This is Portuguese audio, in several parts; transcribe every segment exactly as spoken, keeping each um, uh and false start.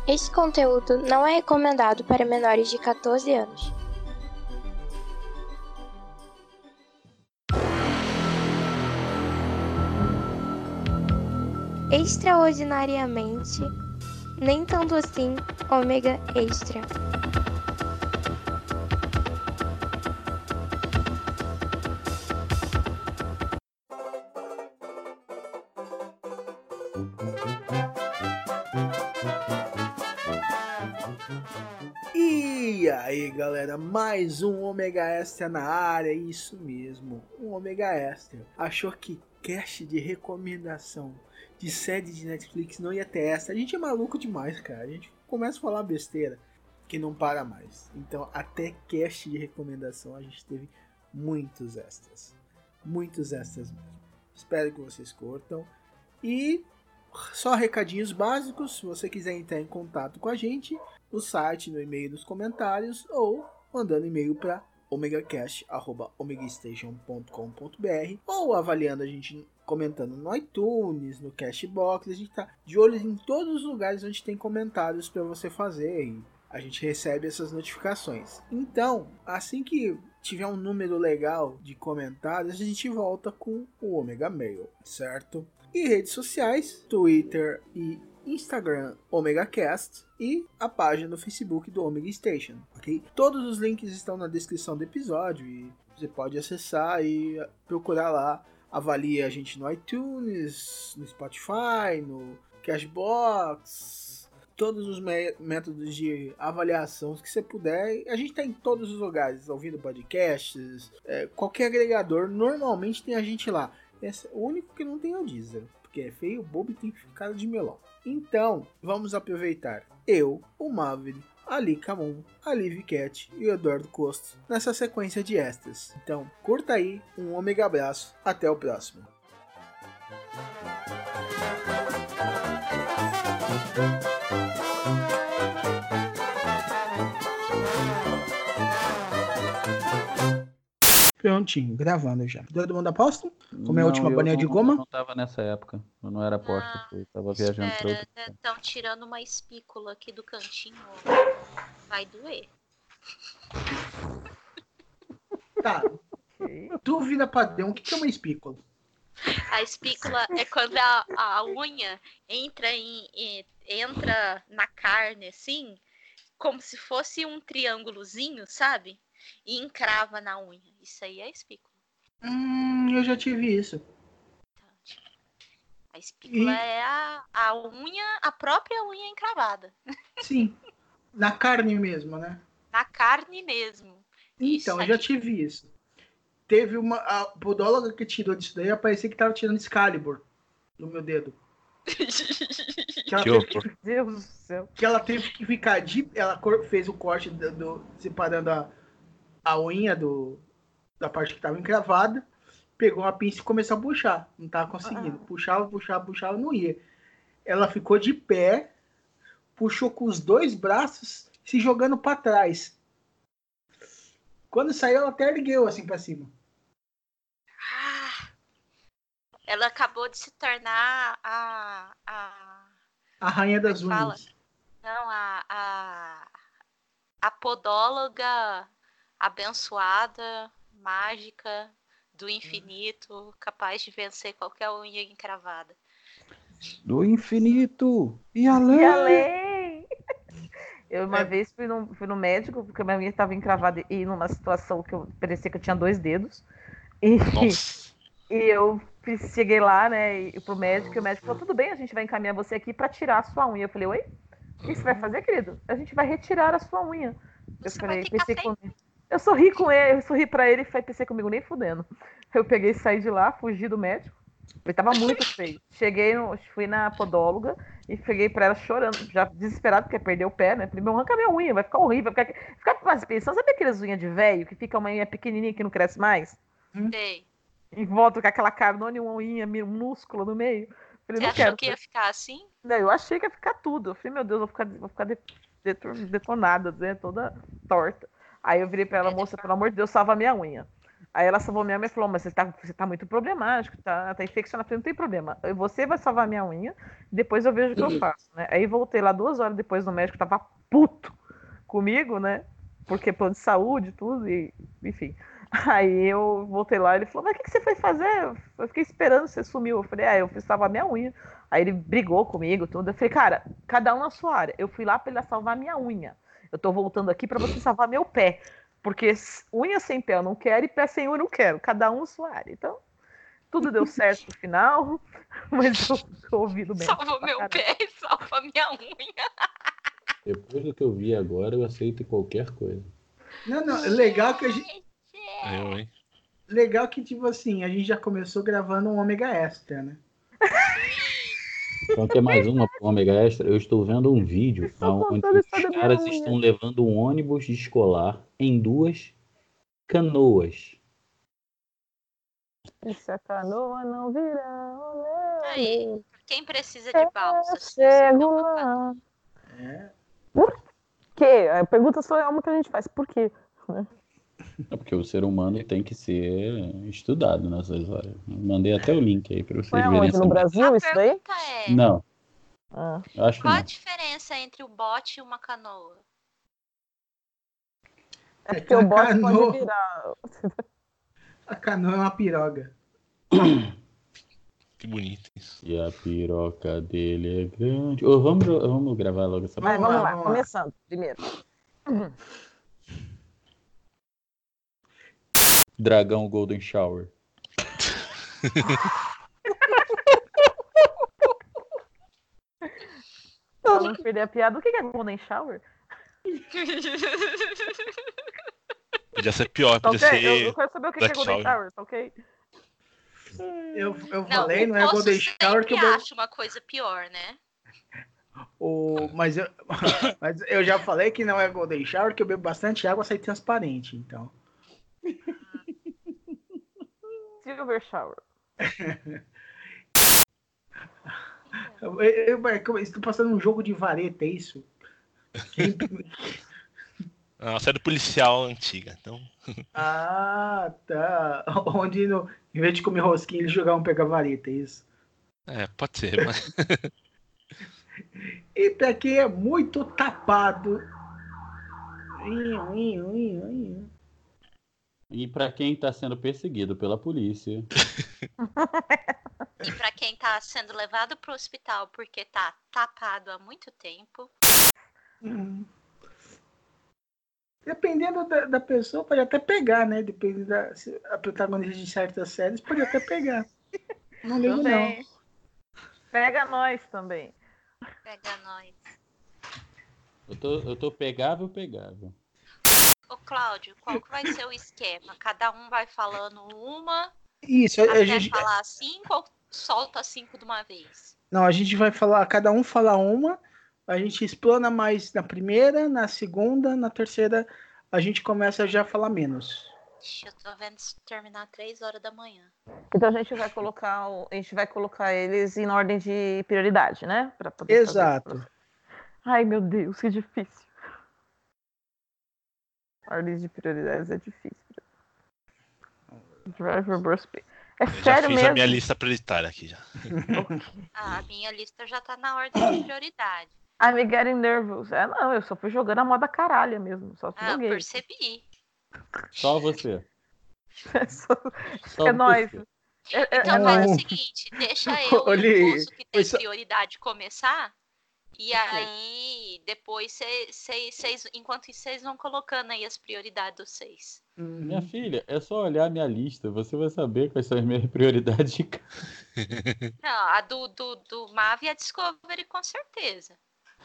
Este conteúdo não é recomendado para menores de catorze anos. Extraordinariamente, nem tanto assim, ômega extra. E aí galera, mais um Ômega Extra na área, isso mesmo, um Ômega Extra. Achou que cast de recomendação de série de Netflix não ia ter essa? A gente é maluco demais, cara, a gente começa a falar besteira que não para mais. Então até cast de recomendação a gente teve muitos extras, muitos extras mesmo. Espero que vocês curtam e... só recadinhos básicos, se você quiser entrar em contato com a gente, no site, no e-mail, nos comentários, ou mandando e-mail para omegacast arroba omegastation ponto com ponto br, ou avaliando a gente, comentando no iTunes, no Cashbox. A gente tá de olho em todos os lugares onde tem comentários para você fazer e a gente recebe essas notificações. Então, assim que tiver um número legal de comentários, a gente volta com o Omega Mail, certo? E redes sociais, Twitter e Instagram, OmegaCast, e a página do Facebook do Omega Station, ok? Todos os links estão na descrição do episódio e você pode acessar e procurar lá. Avalie a gente no iTunes, no Spotify, no Cashbox, todos os métodos de avaliação que você puder. A gente está em todos os lugares, ouvindo podcasts, é, qualquer agregador, normalmente tem a gente lá. Esse, o único que não tem é o Deezer, porque é feio, bobo e tem cara de melão. Então, vamos aproveitar eu, o Maverick, a Lika Moon, a Liv Cat e o Eduardo Costa nessa sequência de extras. Então, curta aí, um ômega abraço, até o próximo. Prontinho, gravando já. Todo mundo aposta? Como é a última bolinha de goma? Eu não tava nessa época. Eu não era aposta. Ah, eu tava viajando pra outro. Estão tirando uma espícula aqui do cantinho. Vai doer. Tá. Dúvida padrão. O que é uma espícula? A espícula é quando a, a unha entra, em, entra na carne, assim, como se fosse um triângulozinho, sabe? E encrava na unha. Isso aí é espícula. Hum, eu já tive isso. A espícula e... é a, a unha, a própria unha encravada. Sim, na carne mesmo, né? Na carne mesmo. Então, eu já tive isso. Teve uma a podóloga que tirou disso daí, parecia que tava tirando Excalibur do meu dedo. Que ela, teve que, Deus do céu. Que ela teve que ficar de, ela fez o corte do, do, separando a, a unha do, da parte que tava encravada, pegou uma pinça e começou a puxar. Não tava conseguindo. Ah. Puxava, puxava, puxava, não ia. Ela ficou de pé, puxou com os dois braços, se jogando para trás. Quando saiu, ela até ergueu assim para cima. Ah, ela acabou de se tornar a... A, a rainha das unhas. Fala? Não, a, a... A podóloga abençoada, mágica, do infinito, capaz de vencer qualquer unha encravada. Do infinito! E além! E além! Eu uma é. vez fui no, fui no médico, porque a minha unha estava encravada e numa situação que eu parecia que eu tinha dois dedos. E, e eu cheguei lá, né, e, pro médico, e o médico falou, tudo bem, a gente vai encaminhar você aqui para tirar a sua unha. Eu falei, oi? O que você vai fazer, querido? A gente vai retirar a sua unha. Você eu falei, vai pensei comigo. Eu sorri com ele, eu sorri pra ele e pensei comigo, nem fudendo. Eu peguei e saí de lá, fugi do médico. Ele tava muito feio. Cheguei, no, fui na podóloga e peguei pra ela chorando, já desesperado, porque perdeu o pé, né? Falei, meu, arranca minha unha, vai ficar horrível. Vai ficar, ficar mais pensando, sabe aquelas unhas de velho, que fica uma unha pequenininha que não cresce mais? Sei. Em volta com aquela carnona e uma unha minúscula no meio. Falei, Você não achou quero. que ia ficar assim? Não, eu achei que ia ficar tudo. Eu falei, meu Deus, eu vou ficar, vou ficar detonada, né? Toda torta. Aí eu virei pra ela, moça, pelo amor de Deus, salva a minha unha. Aí ela salvou minha unha e falou, mas você tá, você tá muito problemático, tá, tá infeccionado. Eu falei, não tem problema, você vai salvar minha unha, depois eu vejo o que eu faço, né? Aí voltei lá duas horas depois no médico, tava puto comigo, né? Porque plano de saúde, tudo, e enfim. Aí eu voltei lá, ele falou, mas o que, que você foi fazer? Eu fiquei esperando, você sumiu. Eu falei, ah, eu fui salvar minha unha. Aí ele brigou comigo, tudo. Eu falei, cara, cada um na sua área. Eu fui lá pra ele salvar minha unha. Eu tô voltando aqui pra você salvar meu pé. Porque unha sem pé eu não quero e pé sem unha eu não quero. Cada um na sua área. Então, tudo deu certo no final, mas eu tô ouvindo bem. Salva meu caramba. pé e salva minha unha. Depois do que eu vi agora, eu aceito qualquer coisa. Não, não, é legal que a gente... Eu, hein? Legal que, tipo assim, a gente já começou gravando um ômega extra, né? Então, quer mais uma pro Ômega Extra? Eu estou vendo um vídeo Estou onde contando a os história da minha caras unha. estão levando um ônibus escolar em duas canoas. E se a canoa não virar, olé, Aí, quem precisa de balsa? eu chego lá. É. Por quê? A pergunta só é uma que a gente faz. Por quê? É porque o ser humano tem que ser estudado nessas horas. Eu mandei até o link aí para vocês Foi verem aonde? essa No Brasil, A isso daí? pergunta é, Não, Ah. acho que qual a não. diferença entre o bote e uma canoa? É É porque o a bote canoa- pode virar. A canoa é uma piroga. Que bonito isso. E a piroca dele é grande. Ô, vamos, vamos gravar logo essa Mas Vamos vamos lá, lá, vamos lá. começando primeiro. Dragão Golden Shower. Pra não perder a piada, o que é Golden Shower? Podia ser pior, Tá podia ok? Eu, eu ser. quero saber o que é Black Golden Shower. Shower, tá ok? Eu, eu Não, falei, o não é Poço Golden Shower que eu sempre bebo. acha uma coisa pior, né? O, mas, eu, mas eu já falei que não é Golden Shower, que eu bebo bastante água, sai transparente, então. Silver Shower. Eu, eu, eu estou passando um jogo de vareta, é isso? Quem- Ah, uma série policial antiga. Então, Ah, tá. Onde no, em vez de comer rosquinha, eles jogavam pegar vareta, é isso? é, pode ser, mas. E pra quem é muito tapado. Inho, inho, inho, inho. E para quem está sendo perseguido pela polícia. E pra quem tá sendo levado pro hospital porque tá tapado há muito tempo. Hum. Dependendo da, da pessoa, pode até pegar, né? Dependendo da se a protagonista de certas séries, pode até pegar. Não ligo, não. Também. Pega nós também. Pega nós. Eu tô, eu tô pegável, pegável. Ô, Cláudio, qual que vai ser o esquema? Cada um vai falando uma Isso, a, a até gente, falar cinco ou solta cinco de uma vez? não, a gente vai falar, cada um fala uma, a gente explana mais na primeira, na segunda, na terceira, a gente começa já a falar menos. Ixi, eu tô vendo isso terminar três horas da manhã. Então a gente vai colocar, o- a gente vai colocar eles em ordem de prioridade, né? Pra poder fazer Exato. isso. Ai, meu Deus, que difícil. Ordem de prioridades é difícil. Driver Burst. É Eu já sério fiz mesmo? a minha lista prioritária aqui já. Ah, a minha lista já tá na ordem de prioridade. I'm getting nervous. É, não, eu só fui jogando a moda caralha mesmo. Só Ah, eu joguei. percebi. Só você. É, só- Só é nóis. você. É, é, Então é faz o nóis. seguinte, deixa eu Olha e aí, o Poço que foi tem só- prioridade começar. E aí, depois vocês, enquanto isso, vocês vão colocando aí as prioridades dos seis. Minha filha, é só olhar a minha lista. Você vai saber quais são as minhas prioridades de casa. Não, a do, do, do Mav e a Discovery, com certeza.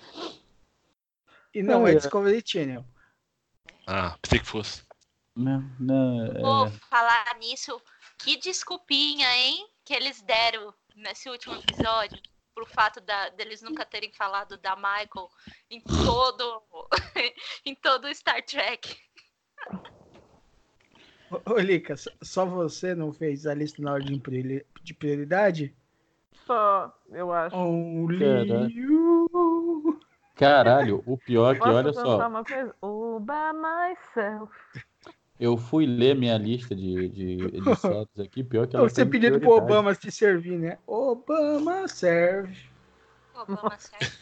E não é É. Discovery Channel. Ah, pensei que fosse. Não, não, Vou é... falar nisso. Que desculpinha, hein? Que eles deram nesse último episódio. Pro fato da, deles nunca terem falado da Michael em todo, em todo o Star Trek. Ô, ô, Lica, só- só você não fez a lista na ordem de priori- de prioridade? Só, eu acho. Only you. Caralho, o pior é que, Posso olha cantar só, uma coisa? All by myself. Eu fui ler minha lista de, de, de séries aqui, pior que ela Você tem pedindo pro prioridade. Obama te servir, né? Obama serve. Obama serve.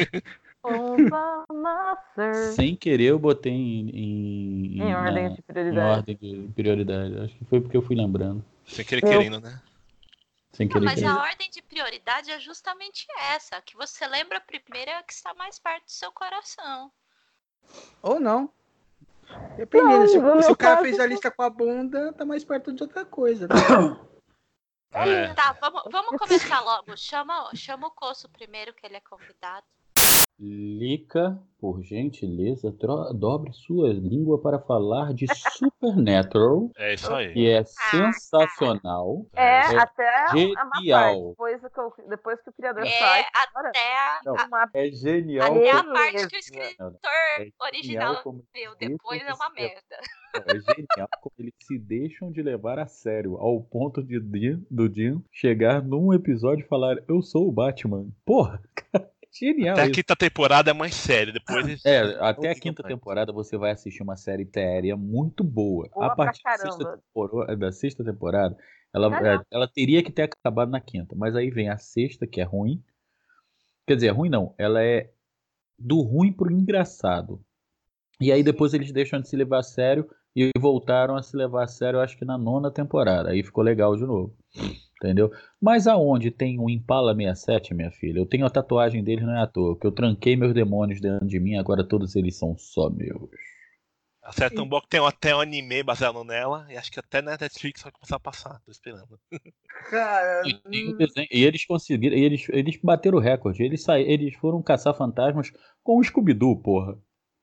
Obama serve. Sem querer eu botei em, em, Em ordem na- de em prioridade. ordem de prioridade. Acho que foi porque eu fui lembrando. Sem querer Eu- querendo, né? Sem Não, querer mas querer. a ordem de prioridade é justamente essa. Que você lembra primeiro é a que está mais perto do seu coração. Ou não. Dependendo, Não, se, no se meu o cara caso- fez a lista com a bunda, tá mais perto de outra coisa. Né? É. Tá, vamos, vamos começar logo. Chama, chama o Coço primeiro, que ele é convidado. Lica, por gentileza, tro- dobre sua língua para falar de Supernatural, É isso aí. que é sensacional. É, isso. até a má Genial. parte. Depois que, eu, depois que o criador É, sai, agora, até a, Não, uma é genial. até a Beleza. parte que o escritor É original genial como viu. eles Depois é deixam uma se- merda. Não, é genial como eles se deixam de levar a sério, ao ponto de Dean- do Dean chegar num episódio e falar: Eu sou o Batman. Porra, cara, genial Até a isso. quinta temporada é mais sério. Depois eles- É, até a Não quinta vai. temporada você vai assistir uma série séria muito boa. Boa A pra partir da sexta, caramba. temporo- da sexta temporada, ela, Caramba. é, ela teria que ter acabado na quinta, mas aí vem a sexta, que é ruim. Quer dizer, é ruim não, ela é do ruim pro engraçado. E aí depois eles deixam de se levar a sério e voltaram a se levar a sério, eu acho que na nona temporada. Aí ficou legal de novo. Entendeu? Mas aonde tem o Impala sessenta e sete, minha filha? Eu tenho a tatuagem dele, não é à toa. Que eu tranquei meus demônios dentro de mim, agora todos eles são só meus. A série é tão boa que tem até um anime baseado nela. E acho que até na Netflix vai começar a passar. Tô esperando. Cara, E, tem o hum, desenho- e eles conseguiram, e eles, eles bateram o recorde. Eles, sa... eles foram caçar fantasmas com o Scooby-Doo, porra.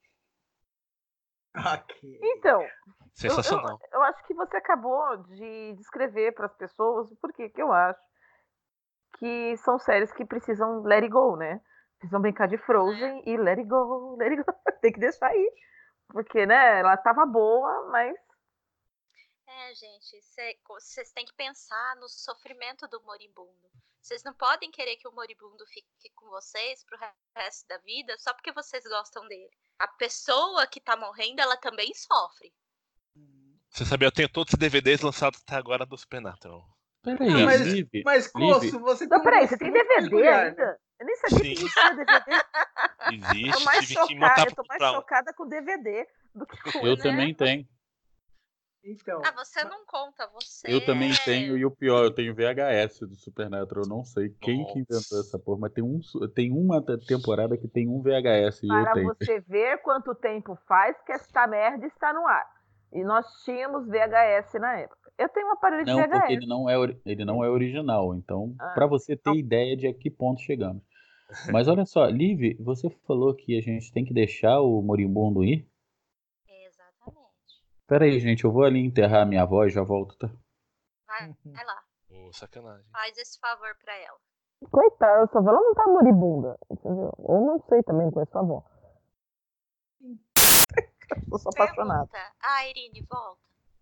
ok. Então, eu, Sensacional. eu, eu acho que você acabou de descrever para as pessoas o porquê que eu acho que são séries que precisam let it go, né? Precisam brincar de Frozen e let it go, let it go. Tem que deixar aí. Porque, né, ela tava boa, mas É, gente, vocês têm que pensar no sofrimento do moribundo. Vocês não podem querer que o moribundo fique com vocês pro resto da vida só porque vocês gostam dele. A pessoa que tá morrendo, ela também sofre. Você sabia, eu tenho todos os D V Ds lançados até agora do Supernatural. Peraí, Ah, mas, Liv, mas Liv, Coço, você tem Não, um peraí, gosto você tem muito D V D peculiar, ainda? né? Eu nem sabia que Sim. existia D V D. Eu tô Existe, mais tive que chocada, montar eu tô mais pra... chocada com D V D do que com eu né? também tenho. Então, Ah, você não conta, você Eu também é... tenho, e o pior, eu tenho V H S do Supernatural. Eu não sei quem que Nossa. inventou essa porra, mas tem, um, tem uma te- temporada que tem um V H S e eu Para tenho. você ver quanto tempo faz que esta merda está no ar. E nós tínhamos V H S na época. Eu tenho um aparelho de Não, porque V H S. ele não é, ori- ele não é original. Então, Ah, pra você ter não. ideia de a que ponto chegamos. Mas olha só, Liv, você falou que a gente tem que deixar o moribundo ir? Exatamente. Pera aí, gente, eu vou ali enterrar minha avó e já volto, tá? Vai, vai lá, Ô, sacanagem. faz esse favor pra ela. Coitada, sua avó ela não tá moribunda, entendeu? Ou não sei também, não conheço a avó. Eu sou apaixonada. Pergunta. Ah, Irine, volta.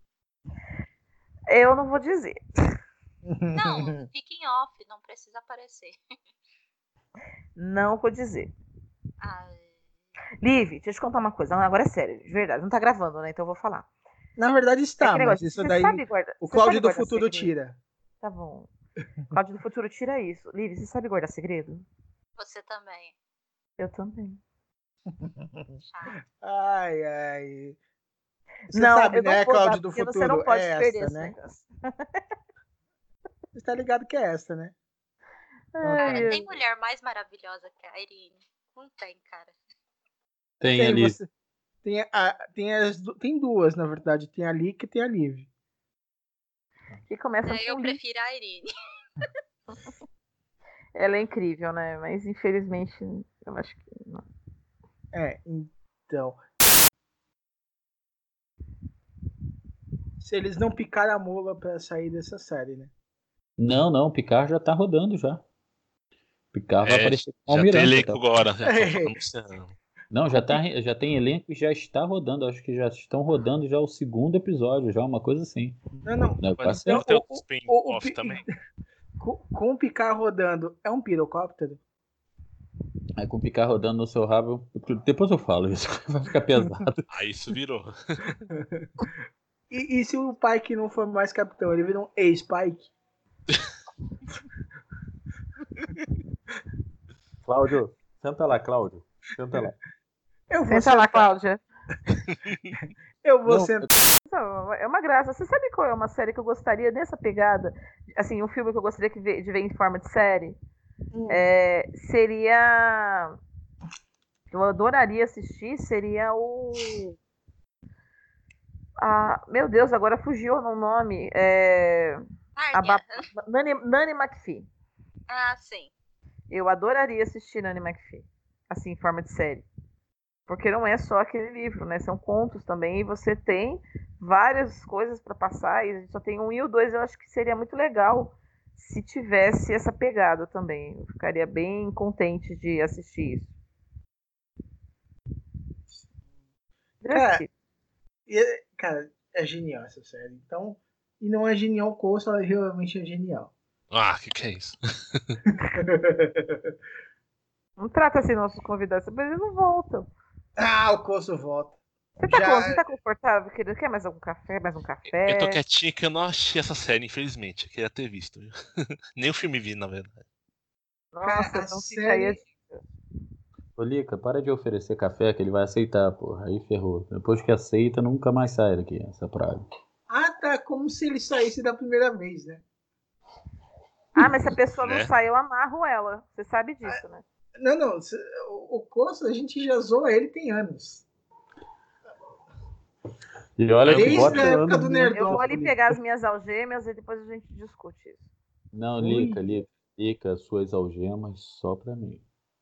Eu não vou dizer. Não, fica em off, não precisa aparecer. Não vou dizer. Ah, Liv, deixa eu te contar uma coisa. Agora é sério, de verdade. Não tá gravando, né? Então eu vou falar. na verdade É está, aquele mas negócio, isso você daí sabe guarda- o você Cláudio sabe do guardar futuro segredo? tira. Tá bom. Cláudio do futuro tira isso. Liv, você sabe guardar segredo? você também. Eu também. Chato. Ai, ai. Você não, sabe, eu não né, vou dar, Cláudio do porque futuro? você não pode é perder essa, esse né? negócio. Você tá ligado que é essa, né? Ai, Cara, ai. tem mulher mais maravilhosa que a Irine? Não tem, cara. Tem, Tem, ali. você, tem, a, tem, as, du- tem duas, na verdade. Tem a Lick e tem a Liv. E começa É, eu com Liv. prefiro a Irine. Ela é incrível, né? Mas infelizmente, eu acho que não. É, então. Se eles não picaram a mula pra sair dessa série, né? Não, não, Picard já tá rodando já. Picard vai É, aparecer com o já tem Almirante. elenco tá? agora. Já tô anunciando. Não, já, tá, já tem elenco e já está rodando. Acho que já estão rodando já o segundo episódio, já uma coisa assim. Não, não. O negócio Mas é deve ter o- outros o- spin-off o pi- também. Com, com o Picard rodando, é um pirocóptero? é com o Picard rodando no seu rabo. Depois eu falo isso, vai ficar pesado. Aí isso virou. E, e se o Pike não for mais capitão, ele vira um ex-Pike? Cláudio, senta lá, Cláudio. Senta lá. Eu vou Senta lá, sentar. Cláudia. Eu vou Não, sentar. Não, é uma graça. Você sabe qual é uma série que eu gostaria dessa pegada? Assim, um filme que eu gostaria que ve- de ver em forma de série? Hum. É, seria. Eu adoraria assistir, seria o. Ah, meu Deus, agora fugiu o nome. É, a Nárnia. Ba- Nanny, Nanny McPhee. Ah, sim. Eu adoraria assistir Nanny McPhee, assim, em forma de série. Porque não é só aquele livro, né? São contos também. E você tem várias coisas para passar. E a gente só tem um e o dois. Eu acho que seria muito legal se tivesse essa pegada também. Eu ficaria bem contente de assistir isso. Já Cara, assisti. E, cara, é genial essa série. Então, e não é genial o Coast, ela realmente é genial. Ah, que que é isso? Não trata assim nossos convidados, mas eles não voltam. Ah, o Coast volta. Você tá, Já- com- você tá confortável, querido? Quer mais algum café? Mais um café? Eu tô quietinho que eu não achei essa série, infelizmente. Eu queria ter visto. Viu? Nem o filme vi, na verdade. Nossa, Cara, a então fica aí a série- dica. Ô, Lica, para de oferecer café que ele vai aceitar, porra. Aí ferrou. Depois que aceita, nunca mais sai daqui, essa praga. Ah, tá. Como se ele saísse da primeira vez, né? Ah, mas se a pessoa não Né? sai, eu amarro ela. Você sabe disso, né? Não, não. se- O, o Coast, a gente já zoa ele tem anos. E olha que Desde bota a época anos do mesmo. Eu vou ali Nerdópolis. pegar as minhas algemas e depois a gente discute isso. Não, Ui. Lica, Lica. Lica, suas algemas só pra mim.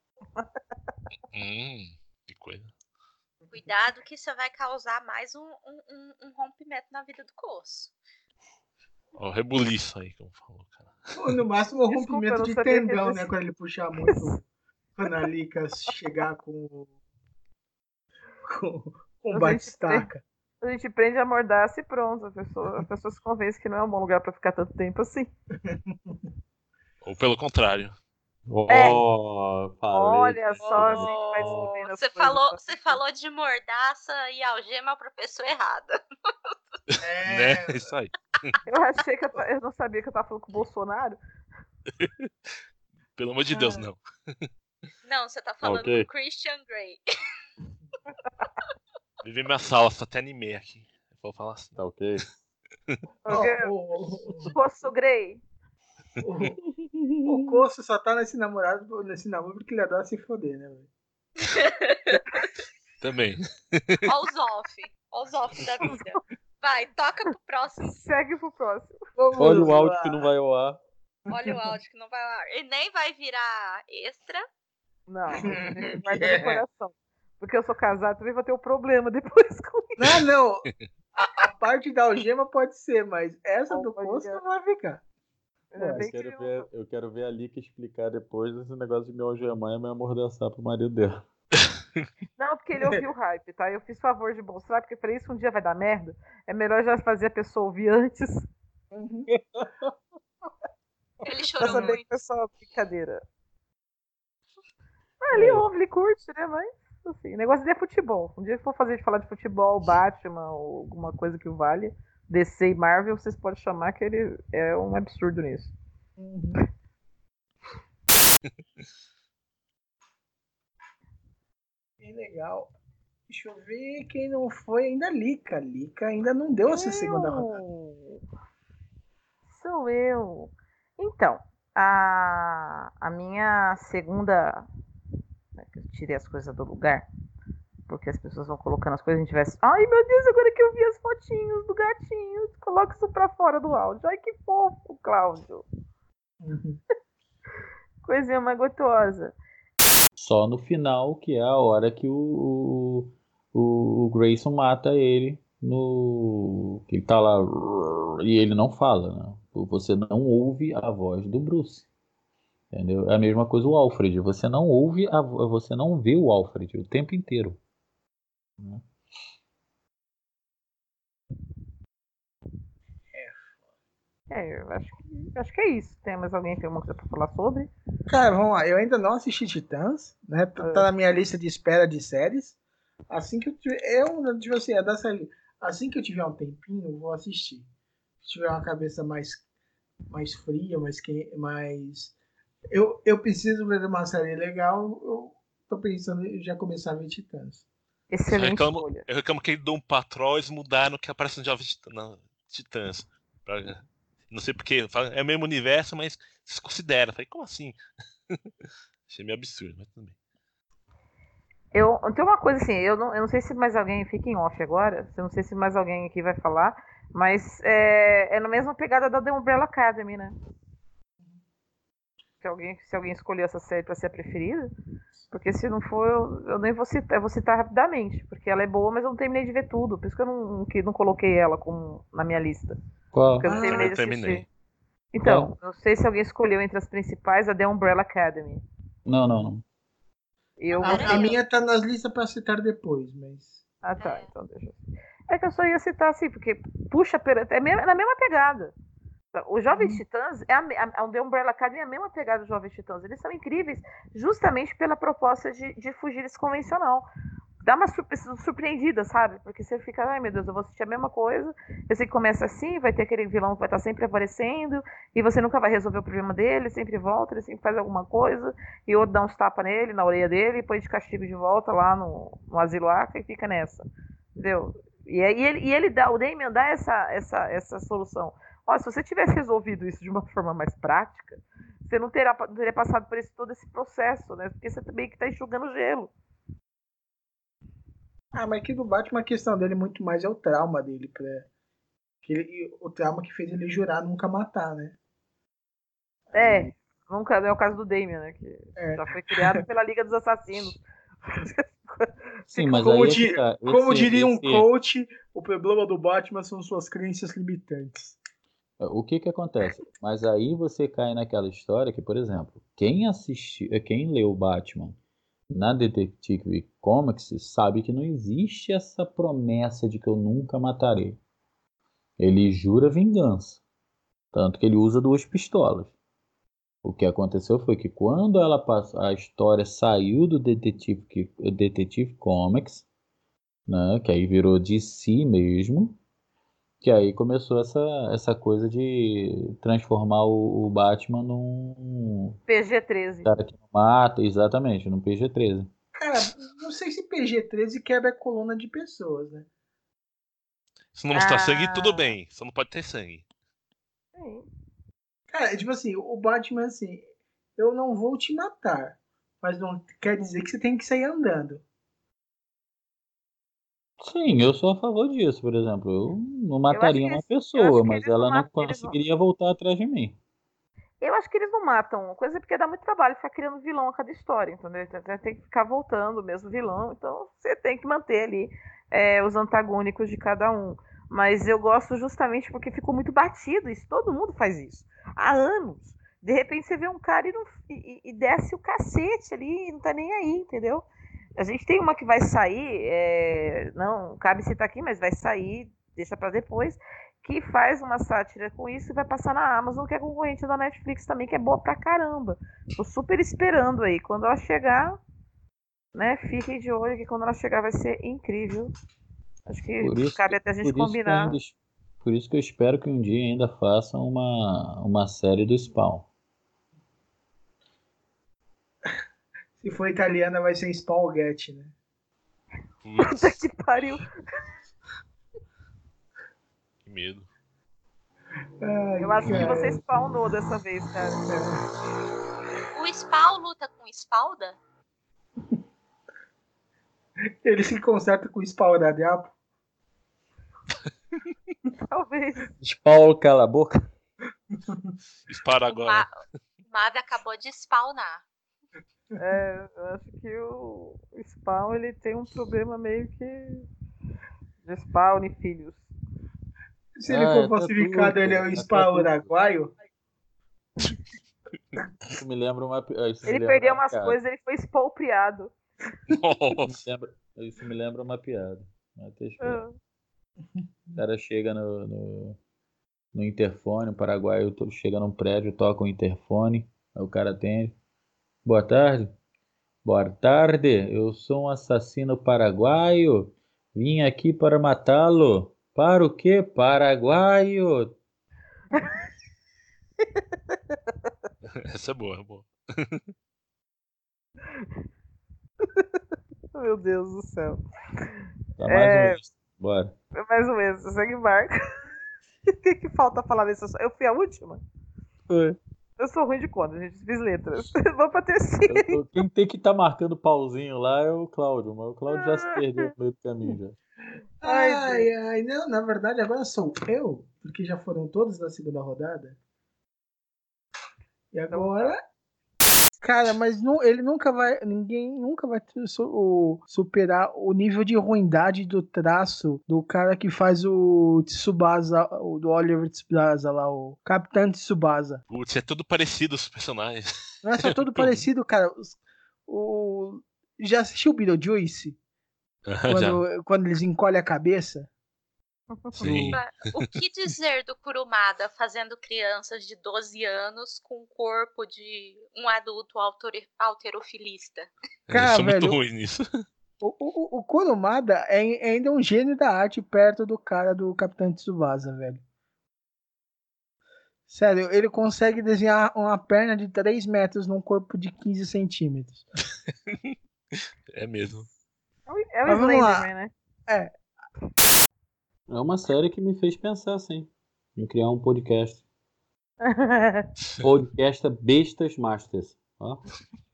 Hum, que coisa. Cuidado que isso vai causar mais um, um, um- um rompimento na vida do Coço. Ó, o rebuliço aí, como falou, cara. Ou no máximo, o Desculpa, eu rompimento não de sabia que tendão, existia. né? Quando ele puxar muito. Quando a Lica chegar com o. Com, com o A gente batistaca. A gente prende a mordaça e pronto. A pessoa, a pessoa se convence que não é um bom lugar pra ficar tanto tempo assim. Ou pelo contrário. É. Oh, falei. Olha só, a gente vai descobrindo as Você coisas falou, da você vida. falou de mordaça e algema pra pessoa errada. É. Né? Isso aí. Eu achei que eu, ta- eu não sabia que eu tava falando com o Bolsonaro. Pelo amor de Deus, não. Não, você tá falando Ok. com Christian Grey. Vivi minha sala, só até animei aqui. Vou falar assim. Tá ok? Porque O, o, o, Poço Grey. o, o Coço só tá nesse namorado, nesse namoro porque ele adora se foder, né, velho? Também. Ó os off. Ó os off da vida. Vai, toca pro próximo. Segue pro próximo. Vamos Olha o áudio lá. que não vai ao ar. Olha o áudio que não vai lá. E nem vai virar extra. Não, a gente guarda no coração. Porque eu sou casado, também vou ter um problema depois com isso. Não, não. A, a parte da algema pode ser, mas essa do Olha. Coço não vai ficar. Ainda Eu bem que quero, eu- ver, eu quero ver a Lica explicar depois esse negócio de me algemar e me amordaçar pro marido dela. Não, porque ele ouviu o hype, tá? Eu fiz favor de mostrar, porque eu falei, isso um dia vai dar merda. É melhor já fazer a pessoa ouvir antes. Ele Pra chorou saber muito. que é só brincadeira. Ah, ele É. ouve, ele curte, né? Mas, assim, o negócio dele é futebol. Um dia que for fazer de falar de futebol, Batman, ou alguma coisa que o vale, D C e Marvel, vocês podem chamar que ele é um absurdo nisso. Bem legal. Deixa eu ver quem não foi ainda. Lica. Lica ainda não deu essa segunda rodada. Eu. Sou eu. Então, a, a minha segunda. Eu tirei as coisas do lugar. Porque as pessoas vão colocando as coisas, a gente vai. Ai, meu Deus, agora que eu vi as fotinhos do gatinho. Coloca isso pra fora do áudio. Ai, que fofo, Cláudio. Uhum. Coisinha mais gostosa. Só no final, que é a hora que o, o, o Grayson mata ele no. Que ele tá lá e ele não fala, né? Você não ouve a voz do Bruce. Entendeu? É a mesma coisa o Alfred. Você não ouve, a, você não vê o Alfred o tempo inteiro. Né? É, eu acho que, acho que é isso. Tem mais alguém que tem alguma coisa pra falar sobre? Cara, vamos lá. Eu ainda não assisti Titãs, né? Tá, tá na minha lista de espera de séries. Assim que eu tiver. Eu, tipo assim, é da série. assim que eu tiver um tempinho, eu vou assistir. Se tiver uma cabeça mais, mais fria, mais, que- mais... Eu, eu preciso ver uma série legal, eu tô pensando em já começar a ver Titãs. Eu só Excelente reclamo, escolha. eu reclamo que Doom Patrol eles mudaram que aparece no Jovens Titã- na- Titãs. Pra- não sei porquê, fala- é o mesmo universo, mas se considera. Falei, como assim? Achei meio absurdo, mas tudo bem. Eu, tem uma coisa assim, eu não, eu não sei se mais alguém fica em off agora, eu não sei se mais alguém aqui vai falar, mas é, é na mesma pegada da The Umbrella Academy, né? Se alguém, se alguém escolheu essa série pra ser a preferida, porque se não for, eu, eu nem vou citar, eu vou citar rapidamente, porque ela é boa, mas eu não terminei de ver tudo, por isso que eu não, que não coloquei ela como na minha lista, Qual? porque eu não Ah, terminei Eu de terminei. assistir. Então, não sei se alguém escolheu entre as principais a The Umbrella Academy. Não, não, não. Eu A, gostei. a minha tá nas listas pra citar depois, mas... Ah, tá, então deixa eu... É que eu só ia citar assim, porque puxa, pera- é me- é na mesma pegada. Os Jovens Titãs, é a, me- a, a The Umbrella Academy é a mesma pegada dos Jovens Titãs. Eles são incríveis justamente pela proposta de, de fugir desse convencional. Dá uma surpre- surpreendida, sabe? Porque você fica, ai meu Deus, eu vou assistir a mesma coisa. Eu sei que começa assim, vai ter aquele vilão que vai estar sempre aparecendo, e você nunca vai resolver o problema dele, sempre volta, ele sempre faz alguma coisa, e outro dá uns tapas nele, na orelha dele, e põe de castigo de volta lá no, no asilo Arca e fica nessa. Entendeu? E, aí ele, e ele dá, o Damian dá essa, essa, essa solução. Olha, se você tivesse resolvido isso de uma forma mais prática, você não teria, não teria passado por esse, todo esse processo, né? Porque você também que está enxugando gelo. Ah, mas aqui do Batman a questão dele muito mais é o trauma dele, pra... que ele, o trauma que fez ele jurar nunca matar, né? É, nunca é o caso do Damian, né? Que É. já foi criado pela Liga dos Assassinos. Sim, mas Como, aí é di- que tá. como Esse, diria um esse, coach, o problema do Batman são suas crenças limitantes. o que que acontece? Mas aí você cai naquela história que, por exemplo, quem assistiu, quem leu Batman na Detective Comics sabe que não existe essa promessa de que eu nunca matarei. Ele jura vingança, tanto que ele usa duas pistolas. O que aconteceu foi que quando ela pass- a história saiu do Detective, Detective Comics, né, que aí virou D C mesmo, que aí começou essa, essa coisa de transformar o, o Batman num P G treze. cara que não mata, exatamente, num P G treze. Cara, não sei se P G treze quebra a coluna de pessoas, né? Se não mostrar Ah, sangue, tudo bem. Só não pode ter sangue. sim. Cara, tipo assim, o Batman, assim, eu não vou te matar, mas não quer dizer que você tem que sair andando. Sim, eu sou a favor disso, por exemplo. Eu não Eu acho mataria que uma eles, eu acho pessoa, que mas eles não ela não matam. Eles não, conseguiria voltar atrás de mim. eu acho que eles não matam. Coisa porque dá muito trabalho ficar criando vilão a cada história, entendeu? Então, você tem que ficar voltando o mesmo vilão. Então você tem que manter ali é, os antagônicos de cada um. Mas eu gosto justamente porque ficou muito batido isso. Todo mundo faz isso. Há anos. De repente você vê um cara e, não, e, e desce o cacete ali e não tá nem aí, entendeu? A gente tem uma que vai sair, é, não cabe citar aqui, mas vai sair, deixa pra depois, que faz uma sátira com isso e vai passar na Amazon, que é concorrente da Netflix também, que é boa pra caramba. Tô super esperando aí. Quando ela chegar, né, fiquem de olho que quando ela chegar vai ser incrível. Acho que Por isso, cabe até a gente por isso que eu ainda, combinar. es- por isso que eu espero que um dia ainda façam uma, uma série do Spawn. Se for italiana, vai ser Spalghetti, né? Puta que pariu. Que medo. Ai, Eu acho que cara. você spawnou dessa vez, cara. O Spawn luta com espalda? Ele se conserta com o Spawn da Diabo. Talvez. Spawn, cala a boca. Dispara O, agora. Ma o Mavi acabou de spawnar. É, eu acho que o, o Spawn ele tem um problema meio que de Spawn e filhos. Se ele Ah, for é falsificado, Tatu, ele é o pô, Spawn Tatu. uruguaio. Isso me lembra uma, pi- isso me Ele lembra perdeu uma umas piada. coisas, ele foi expropriado. Isso me Nossa. lembra, isso me lembra uma piada. Mas deixa eu Ah, ver. O cara chega no, no, no interfone, o paraguaio to- chega num prédio, toca o interfone, aí o cara atende. Boa tarde. Boa tarde, eu sou um assassino paraguaio. Vim aqui para matá-lo. Para o quê? Paraguaio. Essa é boa, é boa. Meu Deus do céu. Tá mais É. um extra. Bora. É mais um extra, segue marca. O que, que falta falar nesse assunto? Eu fui a última? Foi. Eu sou ruim de conta, gente. Fiz letras. Vamos pra terceira. Eu tô- Quem tem que estar marcando pauzinho lá é o Cláudio, mas o Cláudio já se perdeu no meio do caminho já. Ai, Ai, ai, não, na verdade agora sou eu, porque já foram todos na segunda rodada. E agora. Cara, mas não, ele nunca vai. Ninguém nunca vai ter su- o- superar o nível de ruindade do traço do cara que faz o Tsubasa, o do Oliver Tsubasa lá, o Capitão Tsubasa. Putz, é tudo parecido os personagens. Não é só todo parecido, cara. Os- O, já assistiu o Beetlejuice? Já. Quando, quando eles encolhem a cabeça? Sim. O que dizer do Kurumada fazendo crianças de doze anos com o corpo de um adulto alter- alterofilista? Cara, Eu sou muito velho, ruim nisso. O, o, o Kurumada é, é ainda um gênio da arte perto do cara do Capitão Tsubasa, velho. Sério, ele consegue desenhar uma perna de três metros num corpo de quinze centímetros. É mesmo. É o Mas vamos lá. Slenderman, né? É, É uma série que me fez pensar, sim, em criar um podcast. Podcast Bestas Masters. Ó.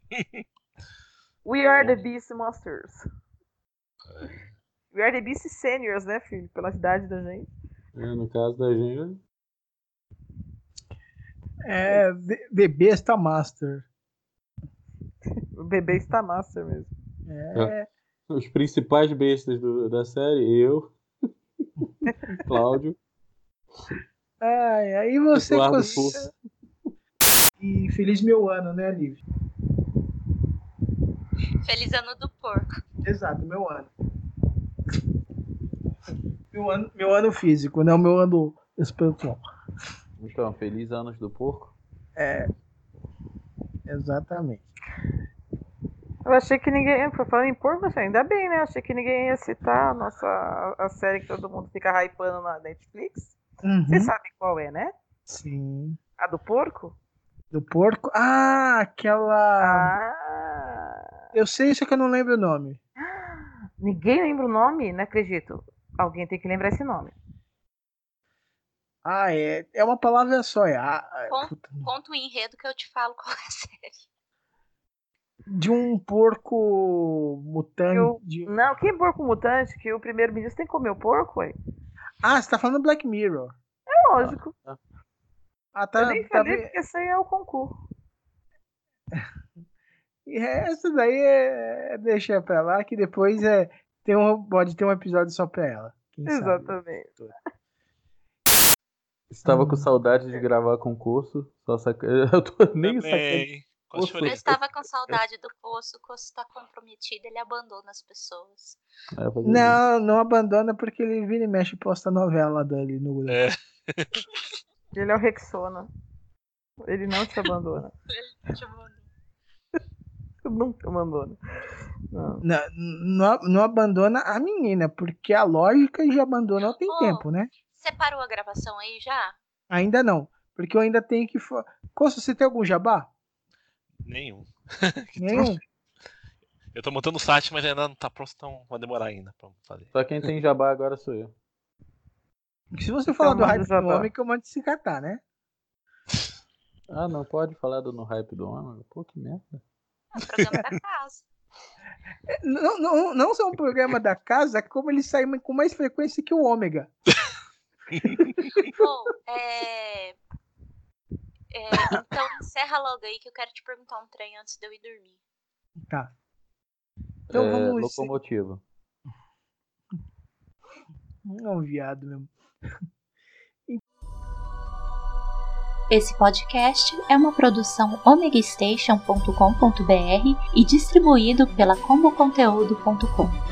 We are the Beast Monsters. We are the Beast Seniors, né, filho? Pela idade da gente. É, no caso da gente. é The- The Besta Master. O bebê está master mesmo. É, Os principais bestas do- da série, eu, Cláudio, ai, aí você Eduardo cons... Furso. E feliz meu ano, né, Liv? Feliz ano do porco. Exato, meu ano. Meu ano, meu ano físico, não meu ano espiritual. Então, feliz anos do porco. É, exatamente. Eu achei que ninguém. Falando em porco, mas ainda bem, né? Achei que ninguém ia citar a nossa a série que todo mundo fica hypando na Netflix. Uhum, Vocês sabem qual é, né? sim. A do porco? Do porco? Ah, aquela. Ah! Eu sei, só que eu não lembro o nome. Ninguém lembra o nome? Não acredito. Alguém tem que lembrar esse nome. Ah, é. É uma palavra só. É. Ah, Con- puta, Conta o enredo que eu te falo qual é a série. de um porco mutante. Eu- de- Não, que porco mutante que o primeiro-ministro tem que comer o porco, ué? Ah, você tá falando Black Mirror. É lógico. Ah, tá. eu nem tá falei bem- porque esse aí é o concurso. E essa daí é. Deixa pra lá, que depois é. Tem um, pode ter um episódio só pra ela. Quem sabe? Exatamente. Estava com saudade de gravar concurso. Só saca... Eu tô nem sacando. Também. Quase Poxa. Eu chorei. estava com saudade do Poço. O Poço está comprometido, ele abandona as pessoas. É, fazer isso. Não, não abandona porque ele vira e mexe e posta novela dele no grupo. É. Ele é o Rexona. Ele não te abandona. Tipo, Nunca abandona. Não. Não, não, não abandona a menina, porque a lógica já abandonou tem Oh. tempo, né? Você parou a gravação aí já? Ainda não. Porque eu ainda tenho que. fa- Costa, você tem algum jabá? Nenhum. Nenhum? Eu tô montando o site, mas ainda não tá pronto, então vai demorar ainda pra fazer. Só quem tem jabá agora sou eu. Se você falar do manda hype do jabá. homem, que eu mando se catar, né? Ah, não pode falar do No Hype do Homem? Pô, que merda. É o programa da casa. Não, não, não só um programa da casa, como ele sai com mais frequência que o Ômega. Bom, é... é, então encerra logo aí que eu quero te perguntar um trem antes de eu ir dormir. Tá. Então é, vamos. locomotiva. É um viado mesmo. Esse podcast é uma produção omegastation ponto com ponto br e distribuído pela combo conteúdo ponto com.